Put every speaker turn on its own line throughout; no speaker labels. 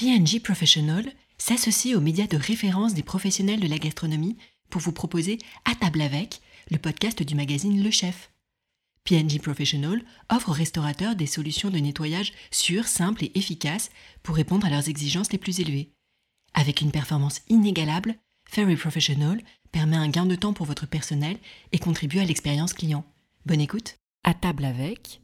P&G Professional s'associe aux médias de référence des professionnels de la gastronomie pour vous proposer À table avec, le podcast du magazine Le Chef. P&G Professional offre aux restaurateurs des solutions de nettoyage sûres, simples et efficaces pour répondre à leurs exigences les plus élevées. Avec une performance inégalable, Fairy Professional permet un gain de temps pour votre personnel et contribue à l'expérience client. Bonne écoute. À table avec.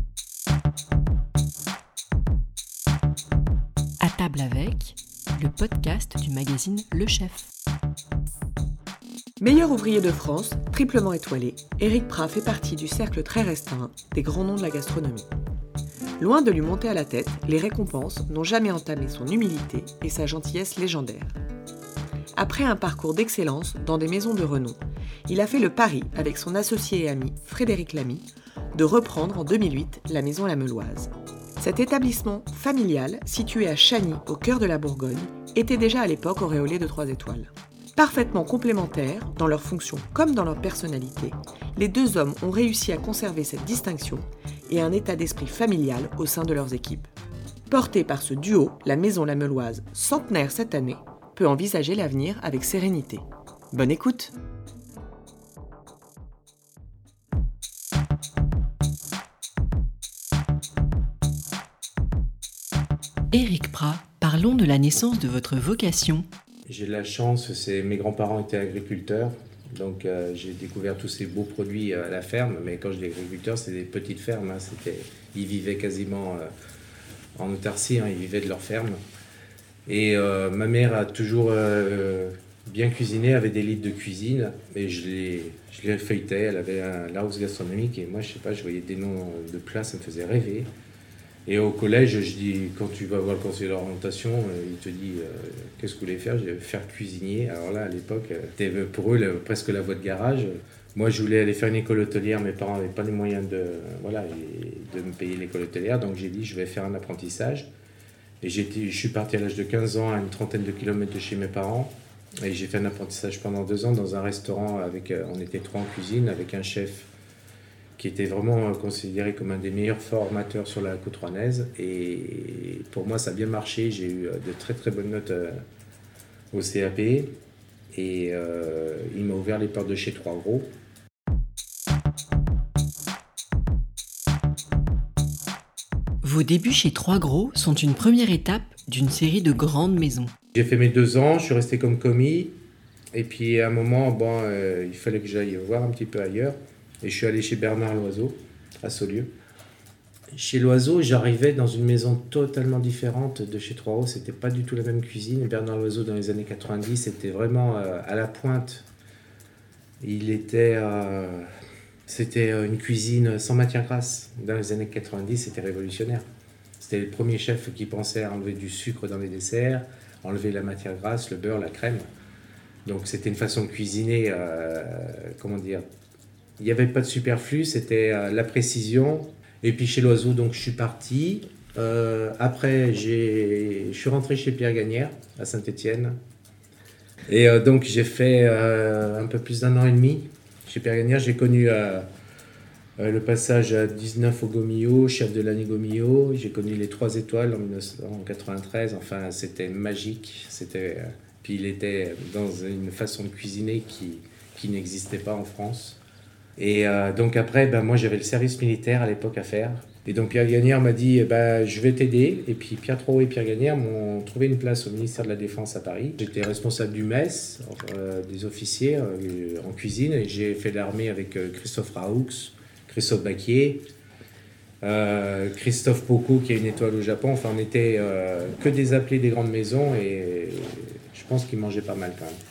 À table avec, le podcast du magazine Le Chef.
Meilleur ouvrier de France, triplement étoilé, Éric Prat fait partie du cercle très restreint des grands noms de la gastronomie. Loin de lui monter à la tête, les récompenses n'ont jamais entamé son humilité et sa gentillesse légendaire. Après un parcours d'excellence dans des maisons de renom, il a fait le pari avec son associé et ami Frédéric Lamy de reprendre en 2008 la maison La Meuloise. Cet établissement familial, situé à Chagny, au cœur de la Bourgogne, était déjà à l'époque auréolé de 3 étoiles. Parfaitement complémentaires, dans leurs fonctions comme dans leur personnalité, les deux hommes ont réussi à conserver cette distinction et un état d'esprit familial au sein de leurs équipes. Portée par ce duo, la maison La Meuloise, centenaire cette année, peut envisager l'avenir avec sérénité. Bonne écoute!
Éric Prat, parlons de la naissance de votre vocation.
J'ai de la chance, mes grands-parents étaient agriculteurs, donc j'ai découvert tous ces beaux produits à la ferme, mais quand je dis agriculteurs, c'était des petites fermes, ils vivaient quasiment en autarcie, ils vivaient de leur ferme. Et ma mère a toujours bien cuisiné, avait des livres de cuisine, et je les feuilletais, elle avait un Larousse gastronomique, et moi je voyais des noms de plats, ça me faisait rêver. Et au collège, je dis, quand tu vas voir le conseiller d'orientation, il te dit qu'est-ce que vous voulez faire? Je vais faire cuisinier. Alors là, à l'époque, c'était pour eux presque la voie de garage. Moi, je voulais aller faire une école hôtelière. Mes parents n'avaient pas les moyens de me payer l'école hôtelière. Donc j'ai dit, je vais faire un apprentissage. Et je suis parti à l'âge de 15 ans à une trentaine de kilomètres de chez mes parents. Et j'ai fait un apprentissage pendant 2 ans dans un restaurant. On était 3 en cuisine avec un chef qui était vraiment considéré comme un des meilleurs formateurs sur la côte rouennaise. Et pour moi, ça a bien marché. J'ai eu de très très bonnes notes au CAP. Et il m'a ouvert les portes de chez Trois Gros.
Vos débuts chez Trois Gros sont une première étape d'une série de grandes maisons.
J'ai fait mes 2 ans, je suis resté comme commis. Et puis à un moment, il fallait que j'aille voir un petit peu ailleurs. Et je suis allé chez Bernard Loiseau, à Saulieu. Chez Loiseau, j'arrivais dans une maison totalement différente de chez Trois Gros. C'était pas du tout la même cuisine. Bernard Loiseau, dans les années 90, c'était vraiment à la pointe. C'était une cuisine sans matière grasse. Dans les années 90, c'était révolutionnaire. C'était le premier chef qui pensait à enlever du sucre dans les desserts, enlever la matière grasse, le beurre, la crème. Donc c'était une façon de cuisiner, il n'y avait pas de superflu, c'était la précision. Et puis chez Loiseau, donc je suis parti. Après, je suis rentré chez Pierre Gagnère, à Saint-Étienne. Et donc j'ai fait un peu plus d'1 an et demi chez Pierre Gagnère. J'ai connu le passage à 19 au Gomillot, chef de l'année Gomillot. J'ai connu les 3 étoiles en 1993. Enfin, c'était magique. Puis il était dans une façon de cuisiner qui n'existait pas en France. Et donc après, moi j'avais le service militaire à l'époque à faire. Et donc Pierre Gagnère m'a dit, je vais t'aider. Et puis Pierre Trois Gros et Pierre Gagnère m'ont trouvé une place au ministère de la Défense à Paris. J'étais responsable du mess, des officiers en cuisine. Et j'ai fait l'armée avec Christophe Raoux, Christophe Baquier, Christophe Poco qui a une étoile au Japon. Enfin, on était que des appelés des grandes maisons. Et je pense qu'ils mangeaient pas mal quand même.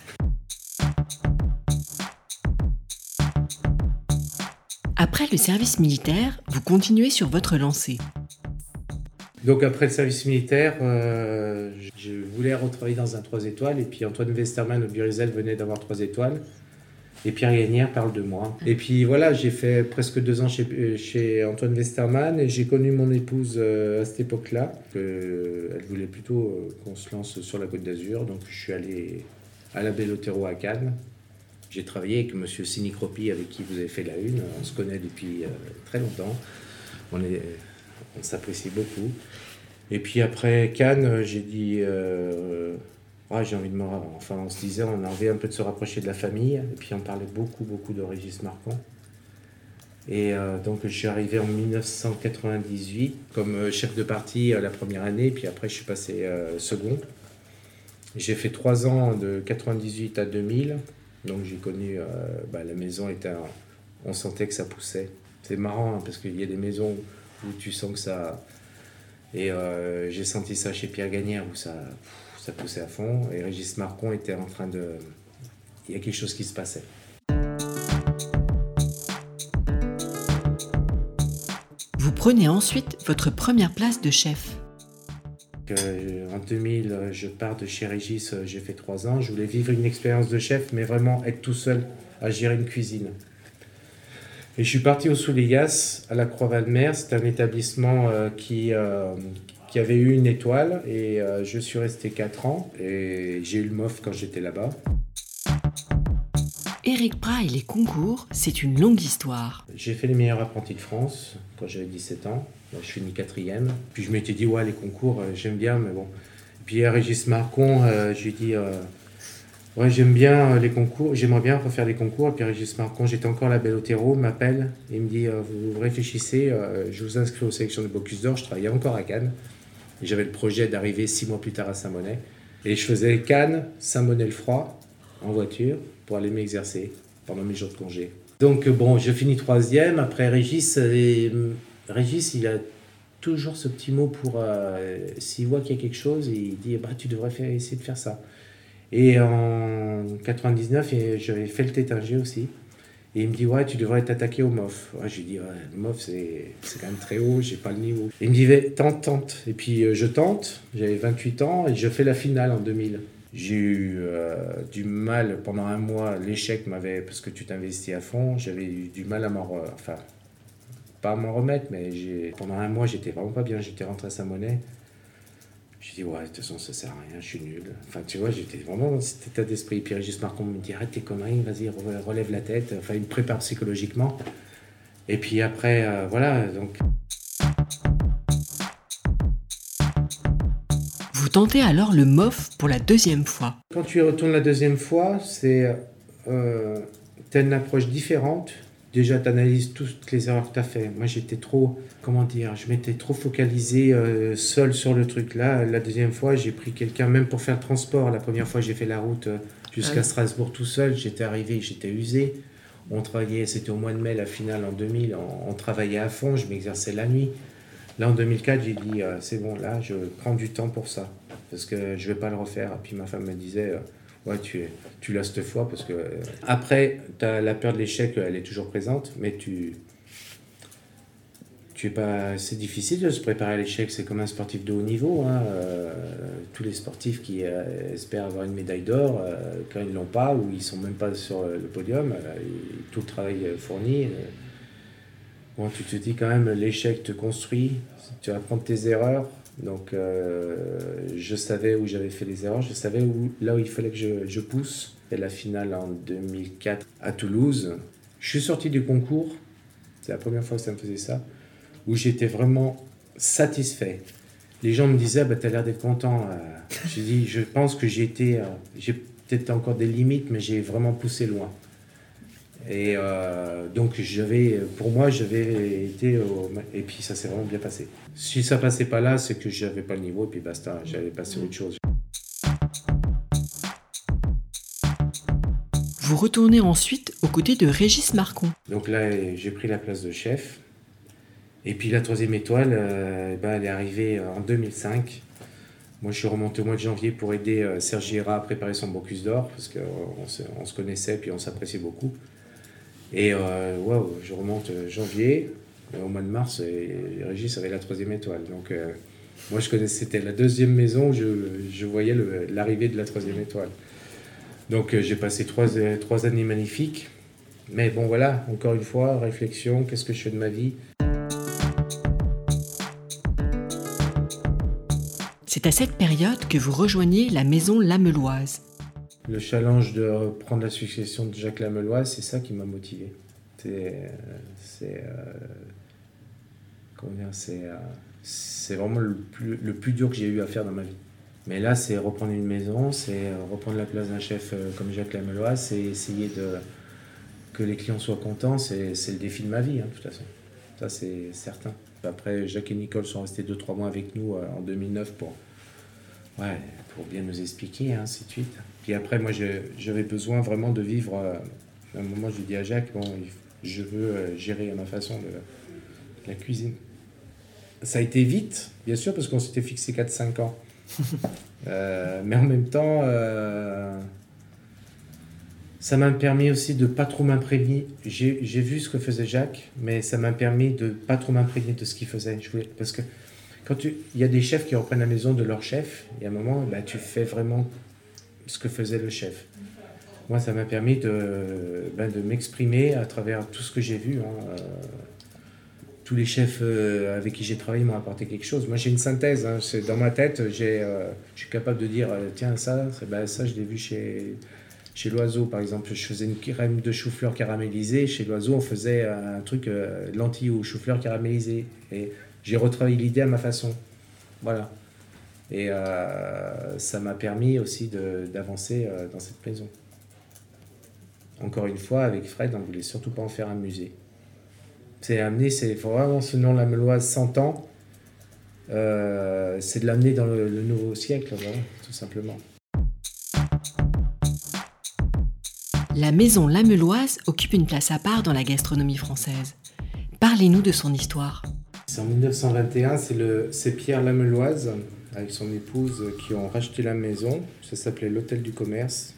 Après le service militaire, vous continuez sur votre lancée.
Donc après le service militaire, je voulais retravailler dans un 3 étoiles. Et puis Antoine Westermann au Burizel venait d'avoir 3 étoiles. Et Pierre Gagnère parle de moi. Et puis voilà, j'ai fait presque 2 ans chez Antoine Westermann. Et j'ai connu mon épouse à cette époque-là. Elle voulait plutôt qu'on se lance sur la Côte d'Azur. Donc je suis allé à la Belle Otero à Cannes. J'ai travaillé avec M. Sinicropi, avec qui vous avez fait la une. On se connaît depuis très longtemps. On s'apprécie beaucoup. Et puis après Cannes, j'ai dit, j'ai envie de me... Enfin, on se disait, on a envie un peu de se rapprocher de la famille. Et puis on parlait beaucoup de Régis Marquand. Et donc je suis arrivé en 1998 comme chef de parti la première année, puis après je suis passé second. J'ai fait 3 ans de 98 à 2000, donc j'ai connu, la maison on sentait que ça poussait. C'est marrant parce qu'il y a des maisons où tu sens que ça... Et j'ai senti ça chez Pierre Gagnère où ça poussait à fond, et Régis Marquand était en train de... Il y a quelque chose qui se passait.
Vous prenez ensuite votre première place de chef.
En 2000, je pars de chez Régis, j'ai fait 3 ans. Je voulais vivre une expérience de chef, mais vraiment être tout seul à gérer une cuisine. Et je suis parti au Souleyas, à la Croix-Valmer. C'est un établissement qui avait eu une étoile, et je suis resté 4 ans. Et j'ai eu le MOF quand j'étais là-bas.
Éric Prat et les concours, c'est une longue histoire.
J'ai fait les meilleurs apprentis de France quand j'avais 17 ans. Je finis 4e. Puis je m'étais dit, les concours, j'aime bien, mais bon. Et puis à Régis Marquand, j'ai dit, j'aime bien les concours, j'aimerais bien refaire les concours. Et puis Régis Marquand, j'étais encore la Belle au terreau, m'appelle et il me dit, vous réfléchissez, je vous inscris aux sélections de Bocuse d'Or. Je travaillais encore à Cannes. Et j'avais le projet d'arriver 6 mois plus tard à Saint-Monnet. Et je faisais Cannes, Saint-Monnet-le-Froid, en voiture, pour aller m'exercer pendant mes jours de congé. Donc je finis 3e. Après Régis, il a toujours ce petit mot pour... s'il voit qu'il y a quelque chose, il dit tu devrais essayer de faire ça. Et en 99, j'avais fait le Tétinger aussi. Et il me dit tu devrais t'attaquer au MOF. J'ai dit le MOF c'est quand même très haut, j'ai pas le niveau. Et il me dit tente. Et puis je tente, j'avais 28 ans et je fais la finale en 2000. J'ai eu du mal pendant 1 mois, l'échec parce que tu t'investis à fond, j'avais eu du mal à pas à m'en remettre, mais pendant 1 mois, j'étais vraiment pas bien. J'étais rentré à Saint-Monnet. J'ai dit, de toute façon, ça sert à rien, je suis nul. Enfin, tu vois, j'étais vraiment dans cet état d'esprit. Puis Régis Marquand me dit, arrête tes conneries, vas-y, relève la tête. Enfin, il me prépare psychologiquement. Et puis après, donc...
Vous tentez alors le MOF pour la 2e fois.
Quand tu y retournes la 2e fois, t'as une approche différente. Déjà, tu analyses toutes les erreurs que tu as fait. Moi, j'étais je m'étais trop focalisé seul sur le truc. Là, la 2e fois, j'ai pris quelqu'un, même pour faire le transport. La première fois, j'ai fait la route jusqu'à Strasbourg tout seul. J'étais arrivé, j'étais usé. On travaillait, c'était au mois de mai, la finale en 2000. On travaillait à fond, je m'exerçais la nuit. Là, en 2004, j'ai dit, c'est bon, là, je prends du temps pour ça. Parce que je ne vais pas le refaire. Et puis ma femme me disait... tu l'as cette fois parce que après la peur de l'échec, elle est toujours présente, mais c'est difficile de se préparer à l'échec. C'est comme un sportif de haut niveau, hein. Tous les sportifs qui espèrent avoir une médaille d'or, quand ils l'ont pas ou ils sont même pas sur le podium, tout le travail fourni. Tu te dis quand même, l'échec te construit, tu vas apprendre tes erreurs. Donc je savais où j'avais fait les erreurs, je savais là où il fallait que je pousse. Et la finale en 2004 à Toulouse, je suis sorti du concours, c'est la première fois que ça me faisait ça, où j'étais vraiment satisfait. Les gens me disaient, t'as l'air d'être content. J'ai dit, je pense que j'ai peut-être encore des limites, mais j'ai vraiment poussé loin. Et donc pour moi j'avais été et puis ça s'est vraiment bien passé. Si ça passait pas là, c'est que j'avais pas le niveau et puis basta, j'allais passer à autre chose.
Vous retournez ensuite aux côtés de Régis Marquand.
Donc là j'ai pris la place de chef et puis la 3e étoile elle est arrivée en 2005. Moi je suis remonté au mois de janvier pour aider Serge Hira à préparer son Bocuse d'Or parce qu'on se connaissait puis on s'appréciait beaucoup. Et je remonte janvier, au mois de mars, et Régis avait la 3e étoile. Donc moi je connaissais, c'était la 2e maison où je voyais l'arrivée de la 3e étoile. Donc j'ai passé 3 années magnifiques. Mais bon voilà, encore une fois, réflexion, qu'est-ce que je fais de ma vie ?
C'est à cette période que vous rejoignez la maison Lameloise.
Le challenge de prendre la succession de Jacques Lameloise, c'est ça qui m'a c'est vraiment le plus dur que j'ai eu à faire dans ma vie. Mais là, c'est reprendre une maison, c'est reprendre la place d'un chef comme Jacques Lamelloise, c'est essayer que les clients soient contents, c'est le défi de ma vie, de toute façon. Ça, c'est certain. Après, Jacques et Nicole sont restés 2-3 mois avec nous en 2009 pour bien nous expliquer, ainsi de suite. Puis après, moi, j'avais besoin vraiment de vivre. À un moment, je lui dis à Jacques, je veux gérer à ma façon la cuisine. Ça a été vite, bien sûr, parce qu'on s'était fixé 4-5 ans. Mais en même temps, ça m'a permis aussi de ne pas trop m'imprégner. J'ai vu ce que faisait Jacques, mais ça m'a permis de ne pas trop m'imprégner de ce qu'il faisait. Parce que il y a des chefs qui reprennent la maison de leur chef, et à un moment, tu fais vraiment ce que faisait le chef. Moi, ça m'a permis de m'exprimer à travers tout ce que j'ai vu. Tous les chefs avec qui j'ai travaillé m'ont apporté quelque chose. Moi, j'ai une synthèse. Dans ma tête, je suis capable de dire tiens, ça je l'ai vu chez Loiseau, par exemple. Je faisais une crème de chou-fleur caramélisée. Chez Loiseau, on faisait un truc lentilles au chou-fleur caramélisé. Et j'ai retravaillé l'idée à ma façon. Voilà. Et ça m'a permis aussi d'avancer dans cette maison. Encore une fois, avec Fred, on ne voulait surtout pas en faire un musée. C'est vraiment ce nom Lamelloise 100 ans, c'est de l'amener dans le nouveau siècle, voilà, tout simplement.
La maison Lamelloise occupe une place à part dans la gastronomie française. Parlez-nous de son histoire.
C'est en 1921, c'est Pierre Lamelloise, avec son épouse, qui ont racheté la maison. Ça s'appelait l'Hôtel du Commerce.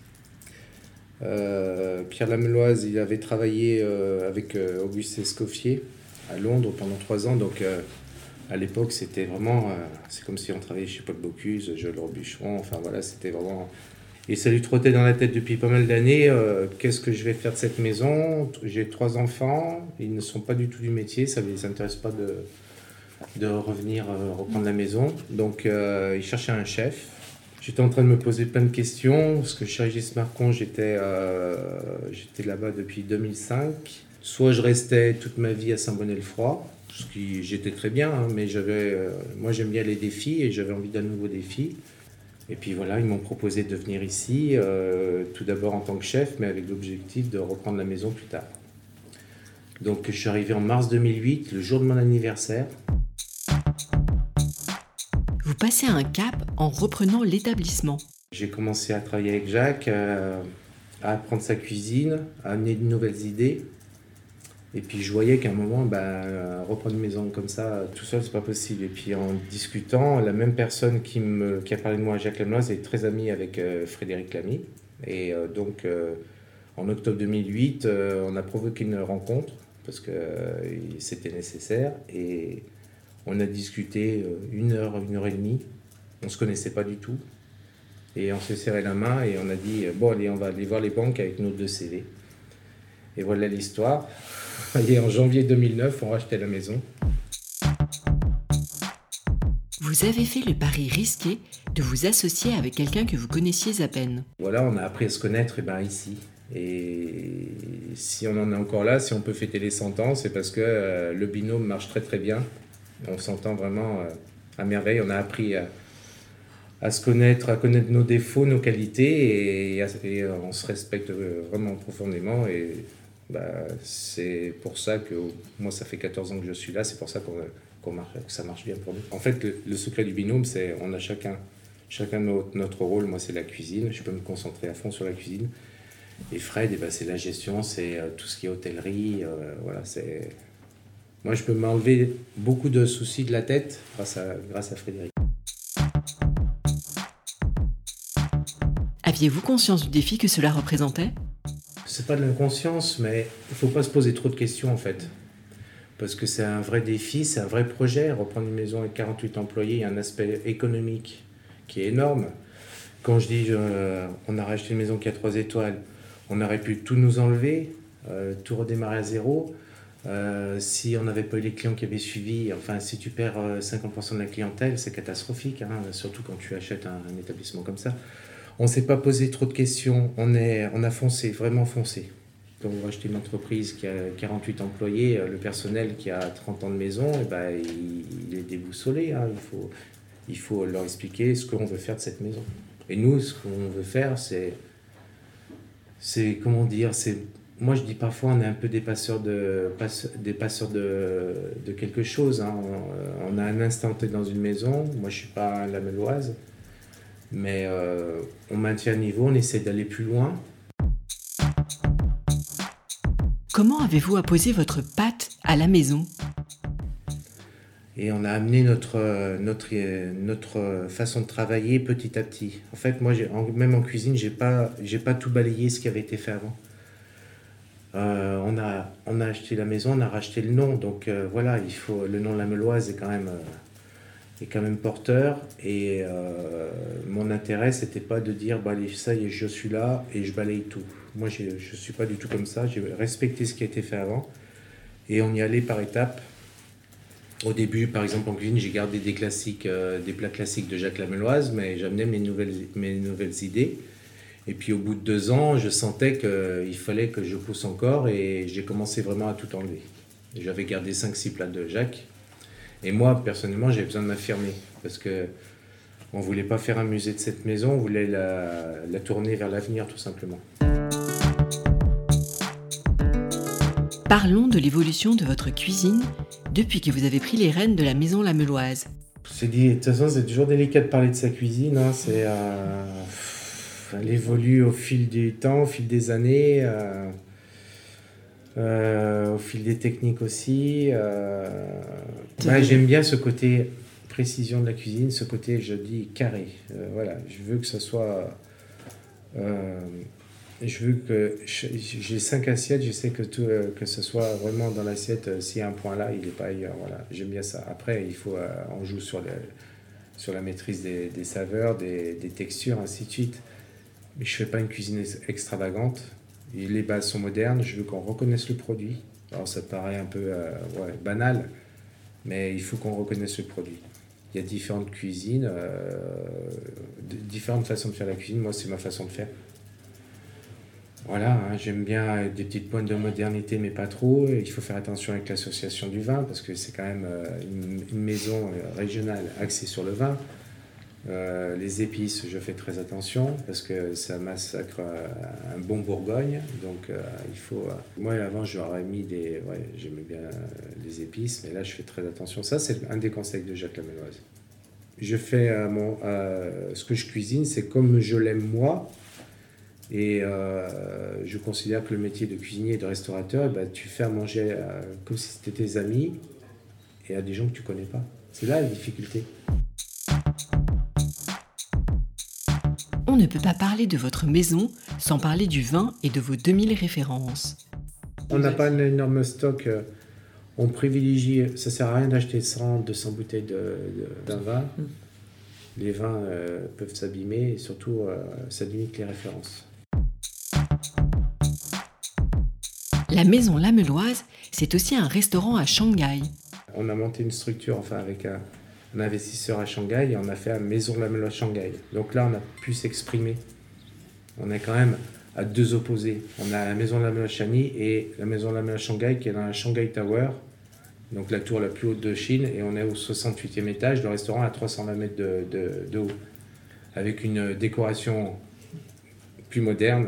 Pierre Lamelloise, il avait travaillé avec Auguste Escoffier à Londres pendant 3 ans. Donc, à l'époque, c'était vraiment... c'est comme si on travaillait chez Paul Bocuse, Joël Robuchon. Enfin, voilà, c'était vraiment... Et ça lui trottait dans la tête depuis pas mal d'années. Qu'est-ce que je vais faire de cette maison ? J'ai 3 enfants. Ils ne sont pas du tout du métier. Ça ne les intéresse pas de revenir reprendre la maison. Donc, il cherchait un chef. J'étais en train de me poser plein de questions, parce que chez Régis Marcon, j'étais là-bas depuis 2005. Soit je restais toute ma vie à Saint-Bonnet-le-Froid, ce qui j'étais très bien, mais moi j'aime bien les défis et j'avais envie d'un nouveau défi. Et puis voilà, ils m'ont proposé de venir ici, tout d'abord en tant que chef, mais avec l'objectif de reprendre la maison plus tard. Donc je suis arrivé en mars 2008, le jour de mon anniversaire.
Vous passez un cap en reprenant l'établissement.
J'ai commencé à travailler avec Jacques, à apprendre sa cuisine, à amener de nouvelles idées. Et puis je voyais qu'à un moment, reprendre une maison comme ça, tout seul, c'est pas possible. Et puis en discutant, la même personne qui a parlé de moi à Jacques Lamelloise est très amie avec Frédéric Lamy. Et donc en octobre 2008, on a provoqué une rencontre parce que c'était nécessaire. Et on a discuté 1 heure, 1 heure et demie. On ne se connaissait pas du tout. Et on s'est serré la main et on a dit bon, allez, on va aller voir les banques avec nos 2 CV. Et voilà l'histoire. Et en janvier 2009, on rachetait la maison.
Vous avez fait le pari risqué de vous associer avec quelqu'un que vous connaissiez à peine.
Voilà, on a appris à se connaître ici. Et si on en est encore là, si on peut fêter les 100 ans, c'est parce que le binôme marche très très bien. On s'entend vraiment à merveille. On a appris à se connaître, à connaître nos défauts, nos qualités, et on se respecte vraiment profondément. Et c'est pour ça que moi, ça fait 14 ans que je suis là. C'est pour ça que ça marche bien pour nous. En fait, le secret du binôme, c'est on a chacun notre rôle. Moi, c'est la cuisine. Je peux me concentrer à fond sur la cuisine. Et Fred, c'est la gestion, c'est tout ce qui est hôtellerie. Voilà, c'est... Moi, je peux m'enlever beaucoup de soucis de la tête grâce à Frédéric.
Aviez-vous conscience du défi que cela représentait ?
C'est pas de l'inconscience, mais il faut pas se poser trop de questions en fait. Parce que c'est un vrai défi, c'est un vrai projet. Reprendre une maison avec 48 employés, il y a un aspect économique qui est énorme. Quand je dis on a racheté une maison qui a 3 étoiles, on aurait pu tout nous enlever, tout redémarrer à zéro. Si on n'avait pas eu les clients qui avaient suivi, enfin si tu perds 50% de la clientèle, c'est catastrophique, surtout quand tu achètes un établissement comme ça. On ne s'est pas posé trop de questions, on a foncé, vraiment foncé. quand vous rachetez une entreprise qui a 48 employés, le personnel qui a 30 ans de maison, il est déboussolé. Hein. Il faut leur expliquer ce qu'on veut faire de cette maison. Et nous, ce qu'on veut faire, moi je dis parfois, on est un peu des passeurs de quelque chose. Hein. On a un instant T dans une maison. Moi, je suis pas lamelloise, mais on maintient le niveau, on essaie d'aller plus loin.
Comment avez-vous apposé votre patte à la maison ?
Et on a amené notre façon de travailler petit à petit. En fait, moi, même en cuisine, j'ai pas tout balayé ce qui avait été fait avant. On a acheté la maison, on a racheté le nom. Donc voilà, le nom Lamelloise est quand même porteur. Et mon intérêt, c'était pas de dire allez, ça y est, je suis là et je balaye tout. Moi, je suis pas du tout comme ça. J'ai respecté ce qui a été fait avant. Et on y allait par étapes. Au début, par exemple, en cuisine, j'ai gardé des plats classiques de Jacques Lamelloise, mais j'amenais mes nouvelles idées. Et puis, au bout de 2 ans, je sentais qu'il fallait que je pousse encore et j'ai commencé vraiment à tout enlever. J'avais gardé 5-6 plats de Jacques. Et moi, personnellement, j'avais besoin de m'affirmer parce qu'on ne voulait pas faire un musée de cette maison, on voulait la tourner vers l'avenir, tout simplement.
Parlons de l'évolution de votre cuisine depuis que vous avez pris les rênes de la maison Lamelloise.
De toute façon, c'est toujours délicat de parler de sa cuisine. Hein. Elle évolue au fil du temps, au fil des années, au fil des techniques aussi. J'aime bien ce côté précision de la cuisine, ce côté, je dis, carré. Voilà, je veux que ce soit... je veux que j'ai 5 assiettes, je sais que ce soit vraiment dans l'assiette, s'il y a un point là, il n'est pas ailleurs. Voilà, j'aime bien ça. Après, on joue sur la maîtrise des saveurs, des textures, ainsi de suite. Mais je ne fais pas une cuisine extravagante. Et les bases sont modernes, je veux qu'on reconnaisse le produit. Alors ça paraît un peu banal, mais il faut qu'on reconnaisse le produit. Il y a différentes cuisines, différentes façons de faire la cuisine. Moi, c'est ma façon de faire. Voilà, hein, j'aime bien des petites pointes de modernité, mais pas trop. Il faut faire attention avec l'association du vin, parce que c'est quand même une maison régionale axée sur le vin. Les épices, je fais très attention, parce que ça massacre un bon Bourgogne. Donc, il faut... moi, avant, j'aurais mis j'aimais bien les épices, mais là, je fais très attention. Ça, c'est un des conseils de Jacques Lamelloise. Je fais ce que je cuisine, c'est comme je l'aime moi. Et je considère que le métier de cuisinier et de restaurateur, tu fais à manger comme si c'était tes amis et à des gens que tu ne connais pas. C'est là la difficulté.
On ne peut pas parler de votre maison sans parler du vin et de vos 2000 références.
On n'a pas un énorme stock. On privilégie, ça ne sert à rien d'acheter 100-200 bouteilles d'un vin. Les vins peuvent s'abîmer et surtout, ça limite les références.
La maison Lamelloise, c'est aussi un restaurant à Shanghai.
On a monté une structure avec un investisseur à Shanghai et on a fait la maison Lamelloise Shanghai. Donc là, on a pu s'exprimer. On est quand même à 2 opposés. On a la maison Lamelloise Chani et la maison Lamelloise Shanghai qui est dans la Shanghai Tower, donc la tour la plus haute de Chine, et on est au 68e étage, le restaurant à 320 mètres de haut, avec une décoration plus moderne.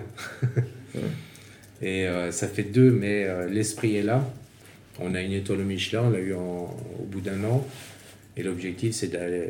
Et ça fait 2, mais l'esprit est là. On a une étoile Michelin, on l'a eu au bout d'1 an. Et l'objectif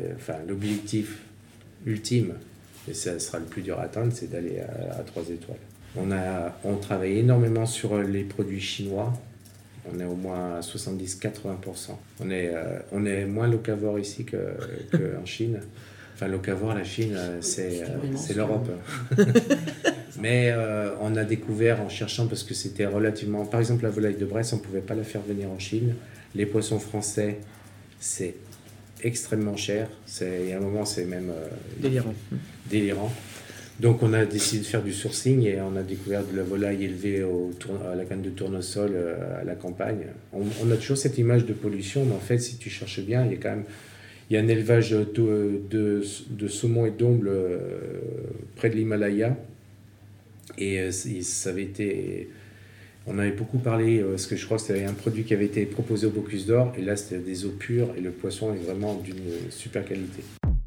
ultime, et ça sera le plus dur à atteindre, c'est d'aller à 3 étoiles. On travaille énormément sur les produits chinois. On est au moins à 70-80%. On est moins locavore ici qu'en Chine. Enfin, locavore, la Chine, c'est l'Europe. Mais on a découvert en cherchant, parce que c'était relativement... Par exemple, la volaille de Bresse, on ne pouvait pas la faire venir en Chine. Les poissons français, c'est extrêmement cher. Il y a un moment, c'est même... délirant. Donc, on a décidé de faire du sourcing et on a découvert de la volaille élevée à la canne de tournesol à la campagne. On a toujours cette image de pollution, mais en fait, si tu cherches bien, il y a un élevage de saumon et d'omble près de l'Himalaya. Et ça avait été... On avait beaucoup parlé, parce que je crois que c'était un produit qui avait été proposé au Bocuse d'Or, et là c'était des eaux pures, et le poisson est vraiment d'une super qualité.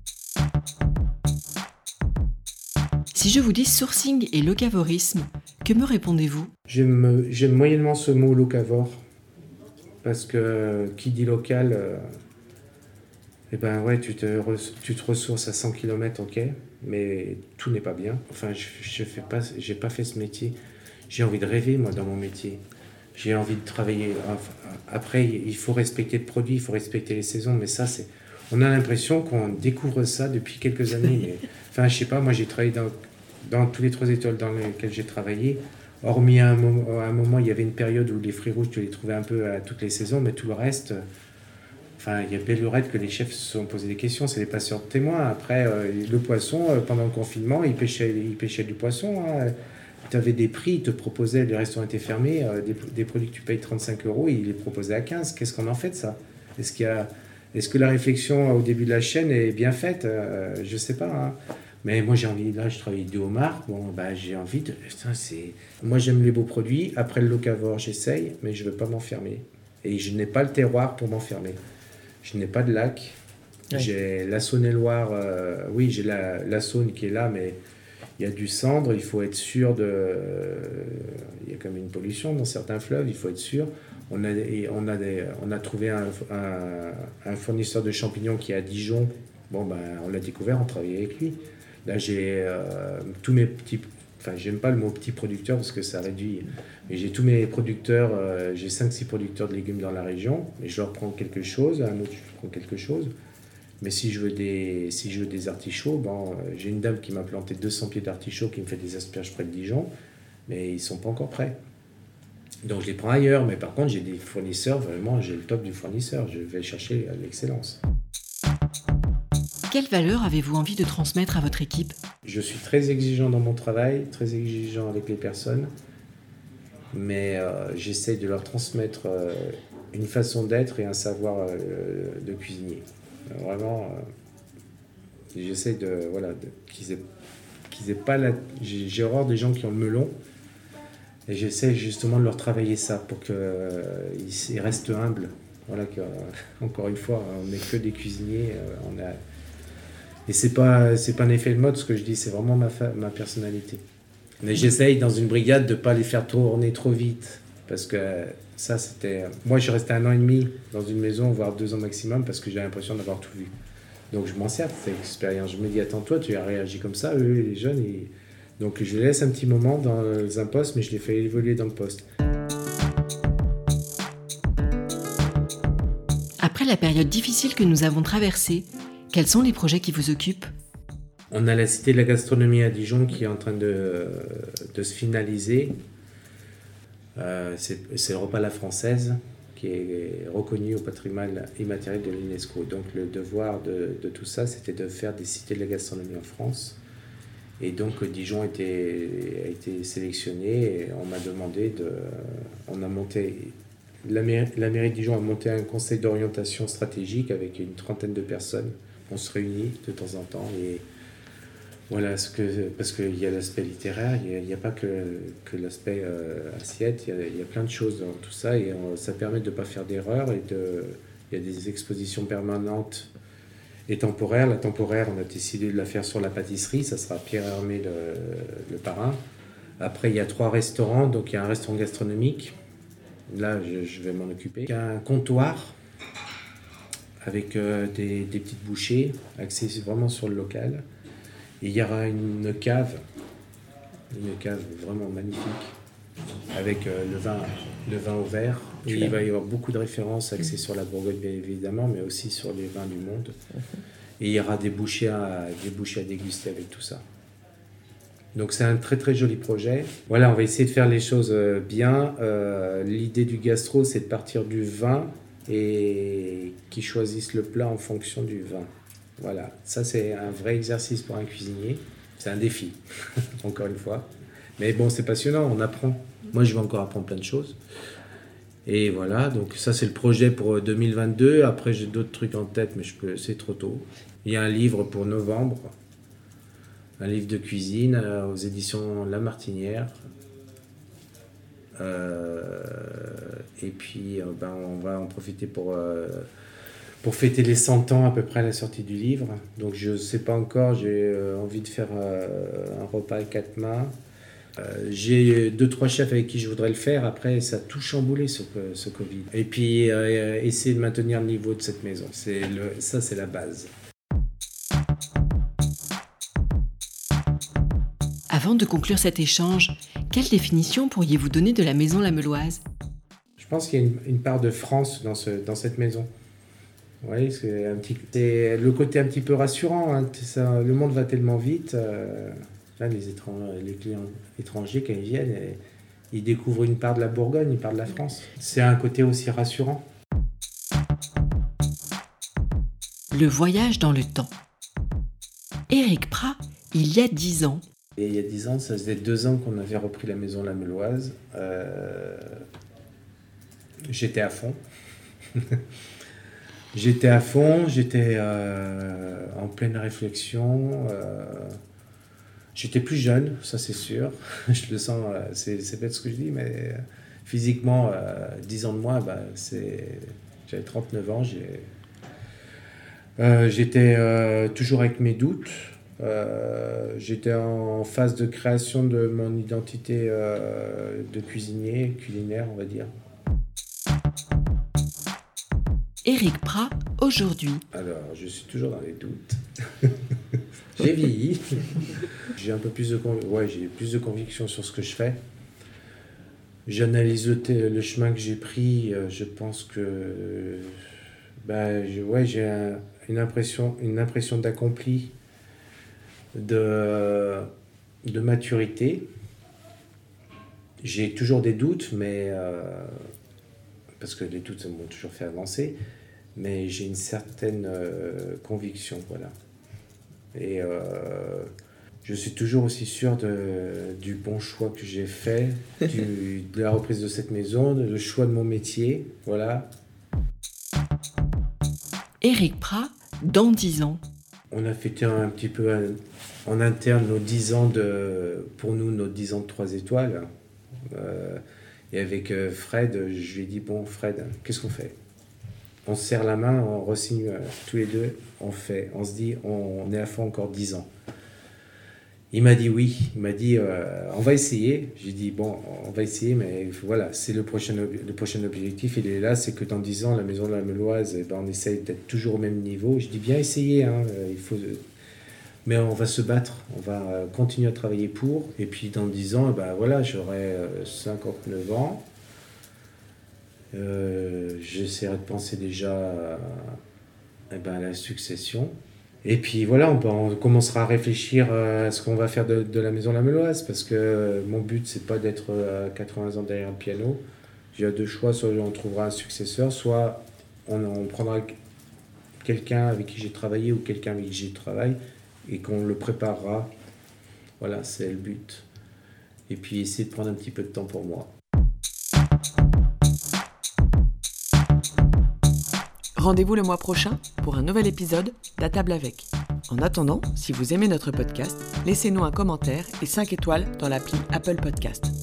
Si je vous dis sourcing et locavorisme, que me répondez-vous ?
J'aime moyennement ce mot locavore, parce que qui dit local, eh ben ouais, tu te ressources à 100 km, ok, mais tout n'est pas bien. Enfin, j'ai pas fait ce métier. J'ai envie de rêver, moi, dans mon métier. J'ai envie de travailler. Après, il faut respecter le produit, il faut respecter les saisons, mais ça, on a l'impression qu'on découvre ça depuis quelques années. Mais, enfin, je sais pas, moi, j'ai travaillé dans tous les 3 étoiles dans lesquelles j'ai travaillé. Hormis à un moment, il y avait une période où les fruits rouges, tu les trouvais un peu à toutes les saisons, mais tout le reste... Enfin, il y a belle lurette que les chefs se sont posés des questions, c'est des passeurs de témoins. Après, le poisson, pendant le confinement, ils pêchaient du poisson. Hein. Tu avais des prix, ils te proposaient, les restaurants étaient fermés, des produits que tu payes 35 €, ils les proposaient à 15. Qu'est-ce qu'on en fait de ça ? Est-ce que la réflexion au début de la chaîne est bien faite ? Je ne sais pas. Hein. Mais moi, j'ai envie, là, je travaille du homard. Bon, bah, j'ai envie de... Putain, moi, j'aime les beaux produits. Après le locavore, j'essaye, mais je ne veux pas m'enfermer. Et je n'ai pas le terroir pour m'enfermer. Je n'ai pas de lac. Oui. J'ai la Saône-et-Loire. Oui, j'ai la Saône qui est là, mais il y a du cendre. Il faut être sûr de... il y a comme une pollution dans certains fleuves. Il faut être sûr. On a trouvé un fournisseur de champignons qui est à Dijon. Bon, ben, on l'a découvert, on travaillait avec lui. Là, j'ai tous mes petits... Enfin, j'aime pas le mot petit producteur parce que ça réduit. Mais j'ai tous mes producteurs, j'ai 5-6 producteurs de légumes dans la région, et je leur prends quelque chose, un autre je prends quelque chose. Mais si je veux des artichauts, bon, j'ai une dame qui m'a planté 200 pieds d'artichauts qui me fait des asperges près de Dijon, mais ils sont pas encore prêts. Donc je les prends ailleurs, mais par contre j'ai des fournisseurs, vraiment j'ai le top du fournisseur, je vais chercher l'excellence.
Quelle valeur avez-vous envie de transmettre à votre équipe ?
Je suis très exigeant dans mon travail, très exigeant avec les personnes, mais j'essaie de leur transmettre une façon d'être et un savoir de cuisinier. Vraiment, j'essaie qu'ils aient pas j'ai horreur des gens qui ont le melon, et j'essaie justement de leur travailler ça pour qu'ils restent humbles. Voilà, encore une fois, on n'est que des cuisiniers, et c'est pas un effet de mode ce que je dis, c'est vraiment ma personnalité. Mais j'essaye dans une brigade de ne pas les faire tourner trop vite. Parce que ça, c'était... Moi, je suis resté 1 an et demi dans une maison, voire 2 ans maximum, parce que j'ai l'impression d'avoir tout vu. Donc je m'en sers de cette expérience. Je me dis, attends, toi, tu as réagi comme ça, eux, les jeunes. Donc je les laisse un petit moment dans un poste, mais je les fais évoluer dans le poste.
Après la période difficile que nous avons traversée, quels sont les projets qui vous occupent ?
On a la Cité de la Gastronomie à Dijon qui est en train de se finaliser. C'est le repas à la française qui est reconnu au patrimoine immatériel de l'UNESCO. Donc le devoir de tout ça, c'était de faire des cités de la gastronomie en France. Et donc Dijon a été sélectionné et on m'a demandé la mairie de Dijon a monté un conseil d'orientation stratégique avec une 30aine de personnes. On se réunit de temps en temps et voilà, parce qu'il y a l'aspect littéraire, il n'y a pas que l'aspect assiette, il y a plein de choses dans tout ça et ça permet de ne pas faire d'erreurs. Il y a des expositions permanentes et temporaires. La temporaire, on a décidé de la faire sur la pâtisserie, ça sera Pierre Hermé le parrain. Après, il y a 3 restaurants, donc il y a un restaurant gastronomique, là je vais m'en occuper. Il y a un comptoir avec des petites bouchées, axées vraiment sur le local. Et il y aura une cave vraiment magnifique, avec le vin au verre. Et il va y avoir beaucoup de références axées sur la Bourgogne, bien évidemment, mais aussi sur les vins du monde. Et il y aura des bouchées à déguster avec tout ça. Donc c'est un très très joli projet. Voilà, on va essayer de faire les choses bien. L'idée du gastro, c'est de partir du vin et qu'ils choisissent le plat en fonction du vin. Voilà, ça c'est un vrai exercice pour un cuisinier. C'est un défi, encore une fois. Mais bon, c'est passionnant, on apprend. Moi, je vais encore apprendre plein de choses. Et voilà, donc ça c'est le projet pour 2022. Après, j'ai d'autres trucs en tête, mais c'est trop tôt. Il y a un livre pour novembre, un livre de cuisine aux éditions La Martinière. Et puis, on va en profiter pour fêter les 100 ans à peu près à la sortie du livre. Donc je ne sais pas encore, j'ai envie de faire un repas à 4 mâts. J'ai 2-3 chefs avec qui je voudrais le faire. Après, ça a tout chamboulé ce Covid. Et puis, essayer de maintenir le niveau de cette maison. Ça, c'est la base.
Avant de conclure cet échange, quelle définition pourriez-vous donner de la maison Lameloise ?
Je pense qu'il y a une part de France dans cette maison. Oui, c'est le côté un petit peu rassurant. Hein. Le monde va tellement vite. Là, les clients étrangers, quand ils viennent, ils découvrent une part de la Bourgogne, une part de la France. C'est un côté aussi rassurant.
Le voyage dans le temps. Éric Prat, il y a 10 ans.
Et il y a 10 ans, ça faisait 2 ans qu'on avait repris la maison Lameloise. J'étais à fond. J'étais en pleine réflexion. J'étais plus jeune, ça c'est sûr. Je le sens, c'est bête ce que je dis, mais physiquement, 10 ans de moins, j'avais 39 ans. J'étais toujours avec mes doutes. J'étais en phase de création de mon identité de cuisinier, culinaire, on va dire.
Éric Prat, aujourd'hui.
Alors, je suis toujours dans les doutes. J'ai vieilli. J'ai un peu plus de conviction sur ce que je fais. J'analyse le chemin que j'ai pris. Je pense que j'ai une impression d'accompli, de maturité. J'ai toujours des doutes, mais parce que les doutes m'ont toujours fait avancer, mais j'ai une certaine conviction, voilà. Et je suis toujours aussi sûr du bon choix que j'ai fait, de la reprise de cette maison, le choix de mon métier, voilà.
Éric Prat, dans 10 ans.
On a fêté un petit peu en interne nos 10 ans pour nous, nos 10 ans de 3 étoiles. Et avec Fred, je lui ai dit, bon Fred, qu'est-ce qu'on fait ? On se serre la main, on re-signe tous les deux, on se dit, on est à fond encore 10 ans. Il m'a dit oui, il m'a dit, on va essayer. J'ai dit, bon, on va essayer, mais voilà, c'est le prochain objectif, il est là, c'est que dans 10 ans, la maison de la Lameloise, on essaye d'être toujours au même niveau. Je dis, bien essayer, hein, mais on va se battre, on va continuer à travailler pour, et puis dans 10 ans, j'aurai 59 ans. J'essaierai de penser déjà à la succession. Et puis voilà, on commencera à réfléchir à ce qu'on va faire de la maison Lameloise, parce que mon but, c'est pas d'être à 80 ans derrière le piano. J'ai 2 choix, soit on trouvera un successeur, soit on prendra quelqu'un avec qui j'ai travaillé ou quelqu'un avec qui j'y travaille, et qu'on le préparera. Voilà, c'est le but. Et puis essayer de prendre un petit peu de temps pour moi.
Rendez-vous le mois prochain pour un nouvel épisode d'À table avec. En attendant, si vous aimez notre podcast, laissez-nous un commentaire et 5 étoiles dans l'appli Apple Podcast.